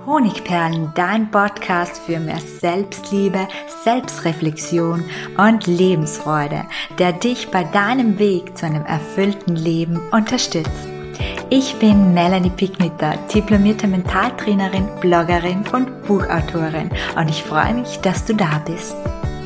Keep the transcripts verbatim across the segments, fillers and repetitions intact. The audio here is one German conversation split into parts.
Honigperlen, dein Podcast für mehr Selbstliebe, Selbstreflexion und Lebensfreude, der dich bei deinem Weg zu einem erfüllten Leben unterstützt. Ich bin Melanie Picknitter, diplomierte Mentaltrainerin, Bloggerin und Buchautorin und ich freue mich, dass du da bist.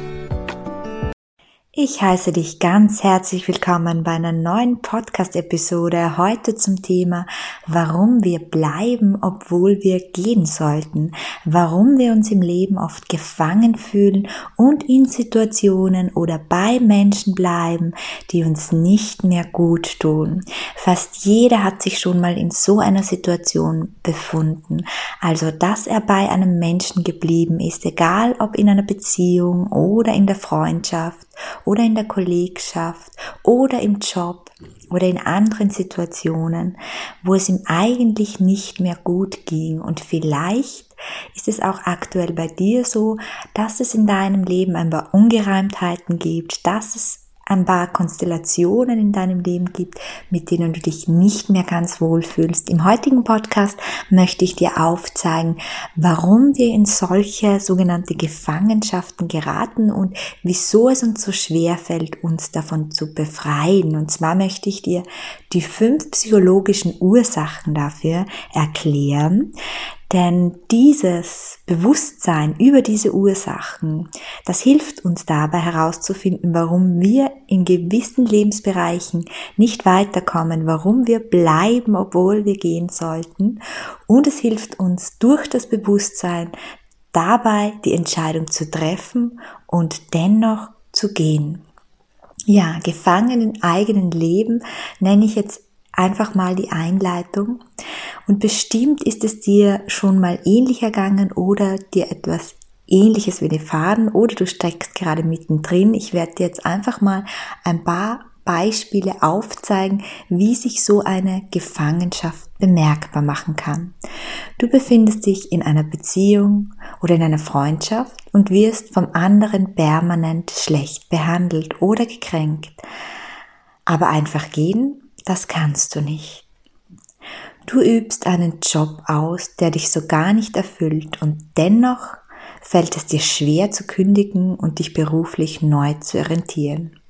Ich heiße dich ganz herzlich willkommen bei einer neuen Podcast-Episode, heute zum Thema, warum wir bleiben, obwohl wir gehen sollten, warum wir uns im Leben oft gefangen fühlen und in Situationen oder bei Menschen bleiben, die uns nicht mehr gut tun. Fast jeder hat sich schon mal in so einer Situation befunden, also dass er bei einem Menschen geblieben ist, egal ob in einer Beziehung oder in der Freundschaft, oder in der Kollegschaft oder im Job oder in anderen Situationen, wo es ihm eigentlich nicht mehr gut ging. Und vielleicht ist es auch aktuell bei dir so, dass es in deinem Leben ein paar Ungereimtheiten gibt, dass es ein paar Konstellationen in deinem Leben gibt, mit denen du dich nicht mehr ganz wohl fühlst. Im heutigen Podcast möchte ich dir aufzeigen, warum wir in solche sogenannte Gefangenschaften geraten und wieso es uns so schwer fällt, uns davon zu befreien. Und zwar möchte ich dir die fünf psychologischen Ursachen dafür erklären. Denn dieses Bewusstsein über diese Ursachen, das hilft uns dabei herauszufinden, warum wir in gewissen Lebensbereichen nicht weiterkommen, warum wir bleiben, obwohl wir gehen sollten. Und es hilft uns durch das Bewusstsein dabei, die Entscheidung zu treffen und dennoch zu gehen. Ja, gefangen im eigenen Leben nenne ich jetzt einfach mal die Einleitung. Und bestimmt ist es dir schon mal ähnlich ergangen oder dir etwas Ähnliches widerfahren oder du steckst gerade mittendrin. Ich werde dir jetzt einfach mal ein paar Beispiele aufzeigen, wie sich so eine Gefangenschaft bemerkbar machen kann. Du befindest dich in einer Beziehung oder in einer Freundschaft und wirst vom anderen permanent schlecht behandelt oder gekränkt. Aber einfach gehen, das kannst du nicht. Du übst einen Job aus, der dich so gar nicht erfüllt und dennoch fällt es dir schwer zu kündigen und dich beruflich neu zu orientieren.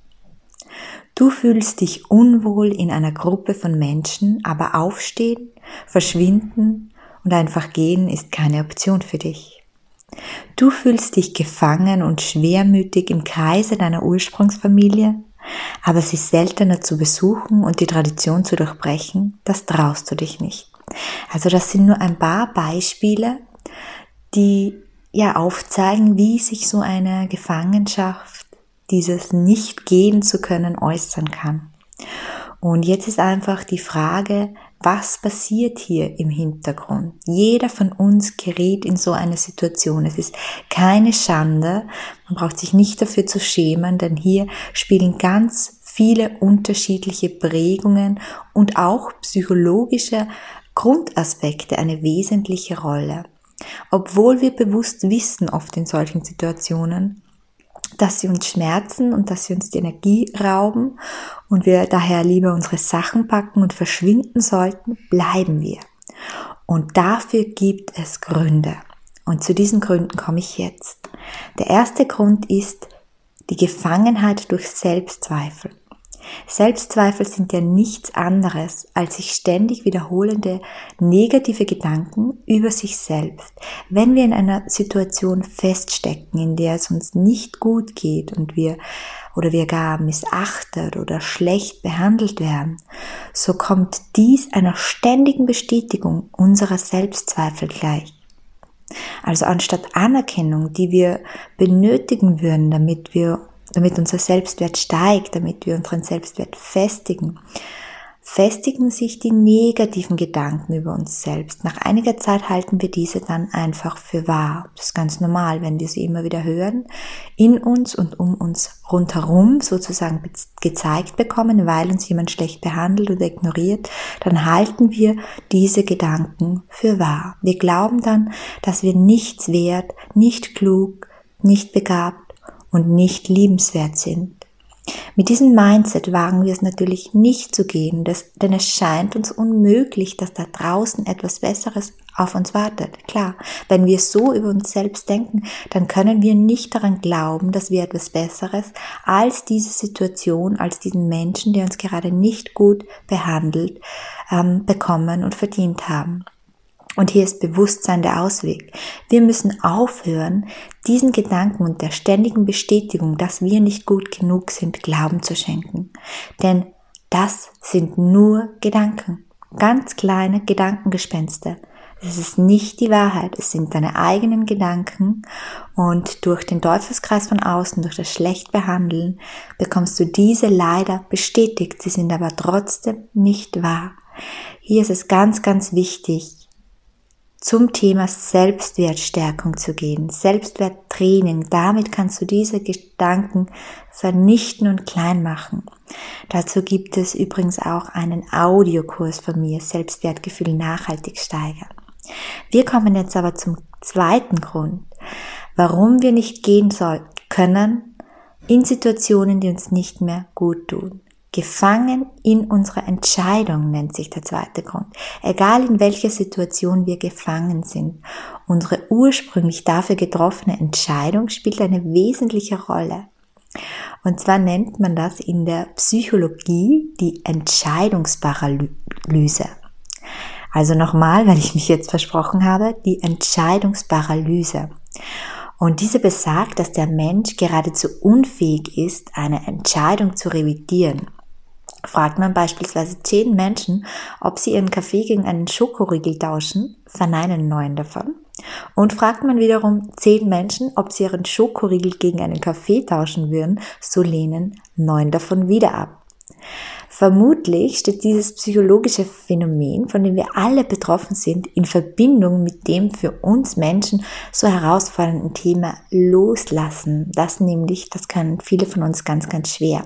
Du fühlst dich unwohl in einer Gruppe von Menschen, aber aufstehen, verschwinden und einfach gehen ist keine Option für dich. Du fühlst dich gefangen und schwermütig im Kreise deiner Ursprungsfamilie, aber sie seltener zu besuchen und die Tradition zu durchbrechen, das traust du dich nicht. Also das sind nur ein paar Beispiele, die ja aufzeigen, wie sich so eine Gefangenschaft, dieses nicht gehen zu können, äußern kann. Und jetzt ist einfach die Frage, was passiert hier im Hintergrund? Jeder von uns gerät in so eine Situation. Es ist keine Schande, man braucht sich nicht dafür zu schämen, denn hier spielen ganz viele unterschiedliche Prägungen und auch psychologische Grundaspekte eine wesentliche Rolle. Obwohl wir bewusst wissen, oft in solchen Situationen, dass sie uns schmerzen und dass sie uns die Energie rauben und wir daher lieber unsere Sachen packen und verschwinden sollten, bleiben wir. Und dafür gibt es Gründe. Und zu diesen Gründen komme ich jetzt. Der erste Grund ist die Gefangenheit durch Selbstzweifel. Selbstzweifel sind ja nichts anderes als sich ständig wiederholende negative Gedanken über sich selbst. Wenn wir in einer Situation feststecken, in der es uns nicht gut geht und wir oder wir gar missachtet oder schlecht behandelt werden, so kommt dies einer ständigen Bestätigung unserer Selbstzweifel gleich. Also anstatt Anerkennung, die wir benötigen würden, damit wir damit unser Selbstwert steigt, damit wir unseren Selbstwert festigen, festigen sich die negativen Gedanken über uns selbst. Nach einiger Zeit halten wir diese dann einfach für wahr. Das ist ganz normal, wenn wir sie immer wieder hören, in uns und um uns rundherum sozusagen gezeigt bekommen, weil uns jemand schlecht behandelt oder ignoriert, dann halten wir diese Gedanken für wahr. Wir glauben dann, dass wir nichts wert, nicht klug, nicht begabt und nicht liebenswert sind. Mit diesem Mindset wagen wir es natürlich nicht zu gehen, das, denn es scheint uns unmöglich, dass da draußen etwas Besseres auf uns wartet. Klar, wenn wir so über uns selbst denken, dann können wir nicht daran glauben, dass wir etwas Besseres als diese Situation, als diesen Menschen, der uns gerade nicht gut behandelt, ähm, bekommen und verdient haben. Und hier ist Bewusstsein der Ausweg. Wir müssen aufhören, diesen Gedanken und der ständigen Bestätigung, dass wir nicht gut genug sind, Glauben zu schenken. Denn das sind nur Gedanken, ganz kleine Gedankengespenster. Es ist nicht die Wahrheit, es sind deine eigenen Gedanken und durch den Teufelskreis von außen, durch das Schlechtbehandeln, bekommst du diese leider bestätigt. Sie sind aber trotzdem nicht wahr. Hier ist es ganz, ganz wichtig, zum Thema Selbstwertstärkung zu gehen, Selbstwerttraining. Damit kannst du diese Gedanken vernichten und klein machen. Dazu gibt es übrigens auch einen Audiokurs von mir, Selbstwertgefühl nachhaltig steigern. Wir kommen jetzt aber zum zweiten Grund, warum wir nicht gehen soll, können in Situationen, die uns nicht mehr gut tun. Gefangen in unserer Entscheidung nennt sich der zweite Grund. Egal in welcher Situation wir gefangen sind, unsere ursprünglich dafür getroffene Entscheidung spielt eine wesentliche Rolle. Und zwar nennt man das in der Psychologie die Entscheidungsparalyse. Also nochmal, weil ich mich jetzt versprochen habe, die Entscheidungsparalyse. Und diese besagt, dass der Mensch geradezu unfähig ist, eine Entscheidung zu revidieren. Fragt man beispielsweise zehn Menschen, ob sie ihren Kaffee gegen einen Schokoriegel tauschen, verneinen neun davon. Und fragt man wiederum zehn Menschen, ob sie ihren Schokoriegel gegen einen Kaffee tauschen würden, so lehnen neun davon wieder ab. Vermutlich steht dieses psychologische Phänomen, von dem wir alle betroffen sind, in Verbindung mit dem für uns Menschen so herausfordernden Thema Loslassen. Das nämlich, das können viele von uns ganz, ganz schwer.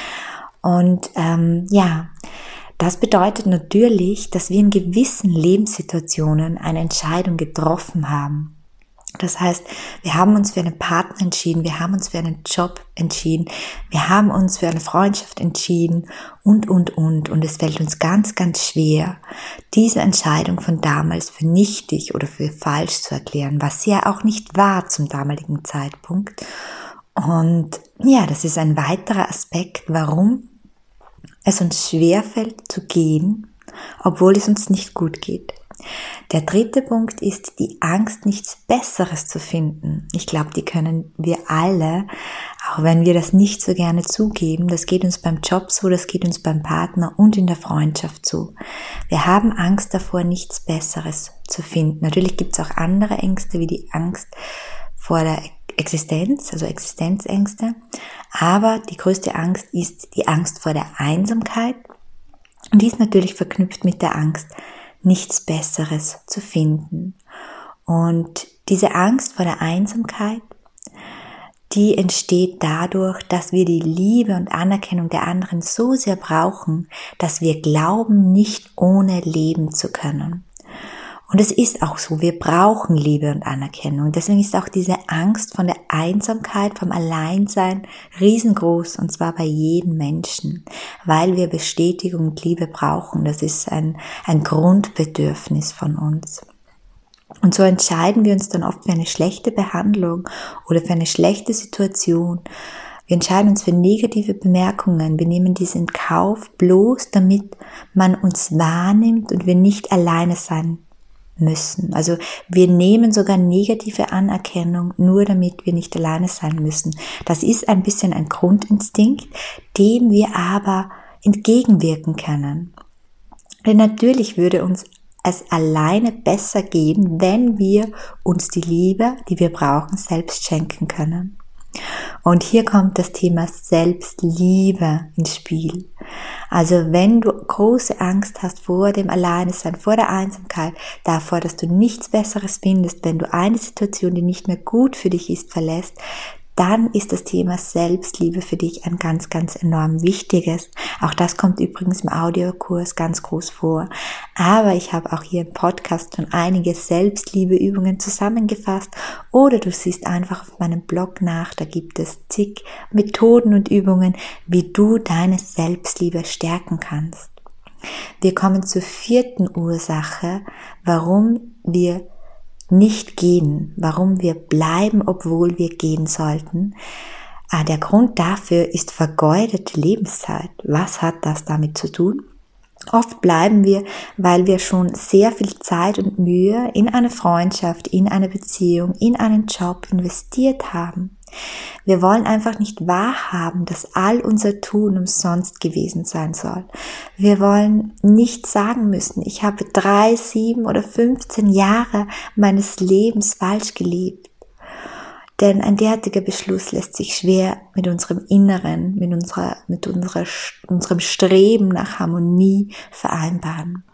Und ähm, ja, das bedeutet natürlich, dass wir in gewissen Lebenssituationen eine Entscheidung getroffen haben. Das heißt, wir haben uns für einen Partner entschieden, wir haben uns für einen Job entschieden, wir haben uns für eine Freundschaft entschieden und, und, und. Und es fällt uns ganz, ganz schwer, diese Entscheidung von damals für nichtig oder für falsch zu erklären, was sie ja auch nicht war zum damaligen Zeitpunkt. Und ja, das ist ein weiterer Aspekt, warum es uns schwerfällt zu gehen, obwohl es uns nicht gut geht. Der dritte Punkt ist die Angst, nichts Besseres zu finden. Ich glaube, die können wir alle, auch wenn wir das nicht so gerne zugeben. Das geht uns beim Job so, das geht uns beim Partner und in der Freundschaft so. Wir haben Angst davor, nichts Besseres zu finden. Natürlich gibt es auch andere Ängste, wie die Angst vor der Existenz, also Existenzängste. Aber die größte Angst ist die Angst vor der Einsamkeit. Und die ist natürlich verknüpft mit der Angst, nichts Besseres zu finden. Und diese Angst vor der Einsamkeit, die entsteht dadurch, dass wir die Liebe und Anerkennung der anderen so sehr brauchen, dass wir glauben, nicht ohne leben zu können. Und es ist auch so, wir brauchen Liebe und Anerkennung. Deswegen ist auch diese Angst von der Einsamkeit, vom Alleinsein riesengroß, und zwar bei jedem Menschen, weil wir Bestätigung und Liebe brauchen. Das ist ein, ein Grundbedürfnis von uns. Und so entscheiden wir uns dann oft für eine schlechte Behandlung oder für eine schlechte Situation. Wir entscheiden uns für negative Bemerkungen. Wir nehmen dies in Kauf, bloß damit man uns wahrnimmt und wir nicht alleine sein müssen. Also wir nehmen sogar negative Anerkennung, nur damit wir nicht alleine sein müssen. Das ist ein bisschen ein Grundinstinkt, dem wir aber entgegenwirken können. Denn natürlich würde uns es alleine besser gehen, wenn wir uns die Liebe, die wir brauchen, selbst schenken können. Und hier kommt das Thema Selbstliebe ins Spiel. Also wenn du große Angst hast vor dem Alleinesein, vor der Einsamkeit, davor, dass du nichts Besseres findest, wenn du eine Situation, die nicht mehr gut für dich ist, verlässt, dann ist das Thema Selbstliebe für dich ein ganz, ganz enorm wichtiges. Auch das kommt übrigens im Audiokurs ganz groß vor. Aber ich habe auch hier im Podcast schon einige Selbstliebeübungen zusammengefasst. Oder du siehst einfach auf meinem Blog nach, da gibt es zig Methoden und Übungen, wie du deine Selbstliebe stärken kannst. Wir kommen zur vierten Ursache, warum wir nicht gehen, warum wir bleiben, obwohl wir gehen sollten. Ah, der Grund dafür ist vergeudete Lebenszeit. Was hat das damit zu tun? Oft bleiben wir, weil wir schon sehr viel Zeit und Mühe in eine Freundschaft, in eine Beziehung, in einen Job investiert haben. Wir wollen einfach nicht wahrhaben, dass all unser Tun umsonst gewesen sein soll. Wir wollen nicht sagen müssen, ich habe drei, sieben oder fünfzehn Jahre meines Lebens falsch gelebt. Denn ein derartiger Beschluss lässt sich schwer mit unserem Inneren, mit unserer, mit unserer, unserem Streben nach Harmonie vereinbaren.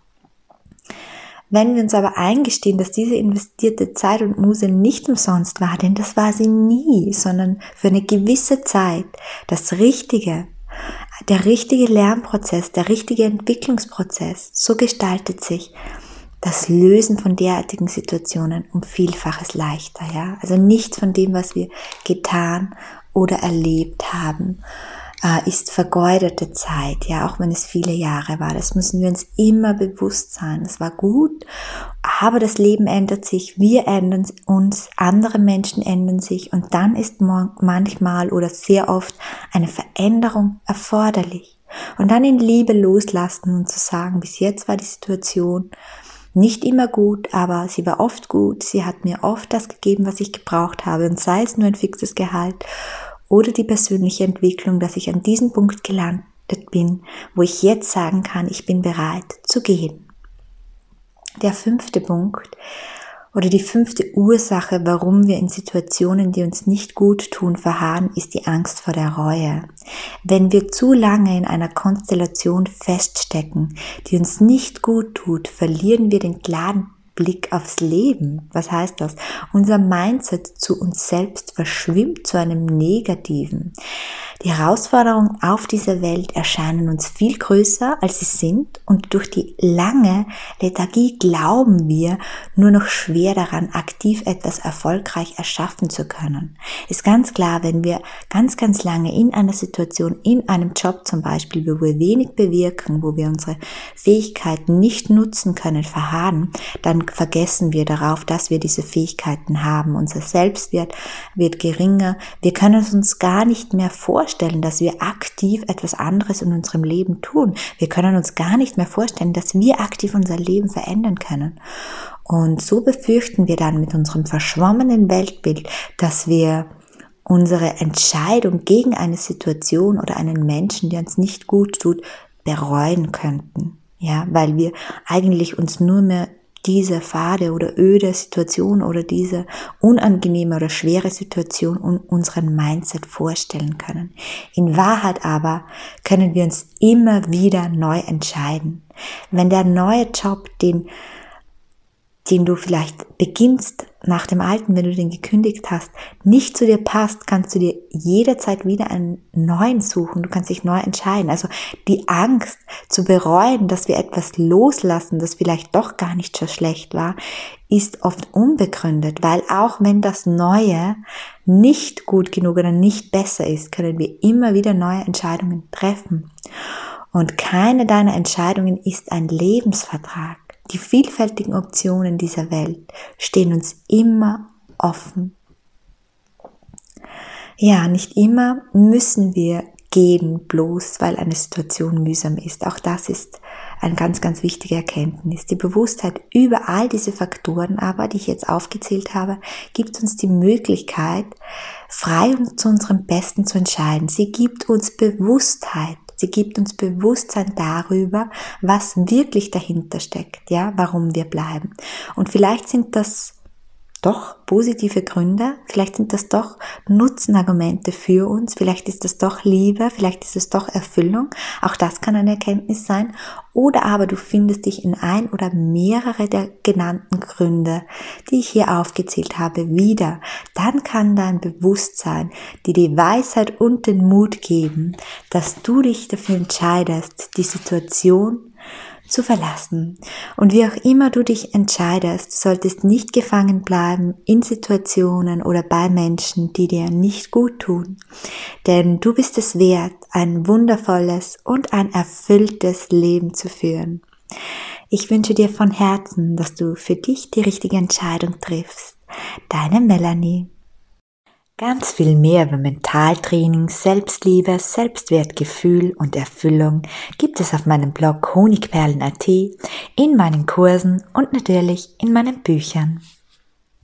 Wenn wir uns aber eingestehen, dass diese investierte Zeit und Muse nicht umsonst war, denn das war sie nie, sondern für eine gewisse Zeit, das Richtige, der richtige Lernprozess, der richtige Entwicklungsprozess, so gestaltet sich das Lösen von derartigen Situationen um Vielfaches leichter, ja. Also nichts von dem, was wir getan oder erlebt haben, ist vergeudete Zeit, ja, auch wenn es viele Jahre war. Das müssen wir uns immer bewusst sein. Es war gut, aber das Leben ändert sich, wir ändern uns, andere Menschen ändern sich und dann ist manchmal oder sehr oft eine Veränderung erforderlich. Und dann in Liebe loslassen und zu sagen, bis jetzt war die Situation nicht immer gut, aber sie war oft gut, sie hat mir oft das gegeben, was ich gebraucht habe und sei es nur ein fixes Gehalt oder die persönliche Entwicklung, dass ich an diesem Punkt gelandet bin, wo ich jetzt sagen kann, ich bin bereit zu gehen. Der fünfte Punkt oder die fünfte Ursache, warum wir in Situationen, die uns nicht gut tun, verharren, ist die Angst vor der Reue. Wenn wir zu lange in einer Konstellation feststecken, die uns nicht gut tut, verlieren wir den klaren Blick aufs Leben. Was heißt das? Unser Mindset zu uns selbst verschwimmt zu einem Negativen. Die Herausforderungen auf dieser Welt erscheinen uns viel größer, als sie sind, und durch die lange Lethargie glauben wir nur noch schwer daran, aktiv etwas erfolgreich erschaffen zu können. Ist ganz klar, wenn wir ganz, ganz lange in einer Situation, in einem Job zum Beispiel, wo wir wenig bewirken, wo wir unsere Fähigkeiten nicht nutzen können, verharren, dann vergessen wir darauf, dass wir diese Fähigkeiten haben. Unser Selbstwert wird geringer. Wir können uns gar nicht mehr vorstellen, dass wir aktiv etwas anderes in unserem Leben tun. Wir können uns gar nicht mehr vorstellen, dass wir aktiv unser Leben verändern können. Und so befürchten wir dann mit unserem verschwommenen Weltbild, dass wir unsere Entscheidung gegen eine Situation oder einen Menschen, der uns nicht gut tut, bereuen könnten. Ja, weil wir eigentlich uns nur mehr diese fade oder öde Situation oder diese unangenehme oder schwere Situation und unseren Mindset vorstellen können. In Wahrheit aber können wir uns immer wieder neu entscheiden. Wenn der neue Job, den den du vielleicht beginnst nach dem alten, wenn du den gekündigt hast, nicht zu dir passt, kannst du dir jederzeit wieder einen neuen suchen. Du kannst dich neu entscheiden. Also die Angst zu bereuen, dass wir etwas loslassen, das vielleicht doch gar nicht so schlecht war, ist oft unbegründet, weil auch wenn das Neue nicht gut genug oder nicht besser ist, können wir immer wieder neue Entscheidungen treffen. Und keine deiner Entscheidungen ist ein Lebensvertrag. Die vielfältigen Optionen dieser Welt stehen uns immer offen. Ja, nicht immer müssen wir gehen, bloß weil eine Situation mühsam ist. Auch das ist eine ganz, ganz wichtige Erkenntnis. Die Bewusstheit über all diese Faktoren aber, die ich jetzt aufgezählt habe, gibt uns die Möglichkeit, frei und zu unserem Besten zu entscheiden. Sie gibt uns Bewusstheit. Sie gibt uns Bewusstsein darüber, was wirklich dahinter steckt, ja, warum wir bleiben. Und vielleicht sind das doch positive Gründe, vielleicht sind das doch Nutzenargumente für uns, vielleicht ist das doch Liebe, vielleicht ist es doch Erfüllung, auch das kann eine Erkenntnis sein, oder aber du findest dich in ein oder mehrere der genannten Gründe, die ich hier aufgezählt habe, wieder. Dann kann dein Bewusstsein dir die Weisheit und den Mut geben, dass du dich dafür entscheidest, die Situation zu verlassen. Und wie auch immer du dich entscheidest, solltest nicht gefangen bleiben in Situationen oder bei Menschen, die dir nicht gut tun. Denn du bist es wert, ein wundervolles und ein erfülltes Leben zu führen. Ich wünsche dir von Herzen, dass du für dich die richtige Entscheidung triffst. Deine Melanie. Ganz viel mehr über Mentaltraining, Selbstliebe, Selbstwertgefühl und Erfüllung gibt es auf meinem Blog honigperlen punkt at, in meinen Kursen und natürlich in meinen Büchern.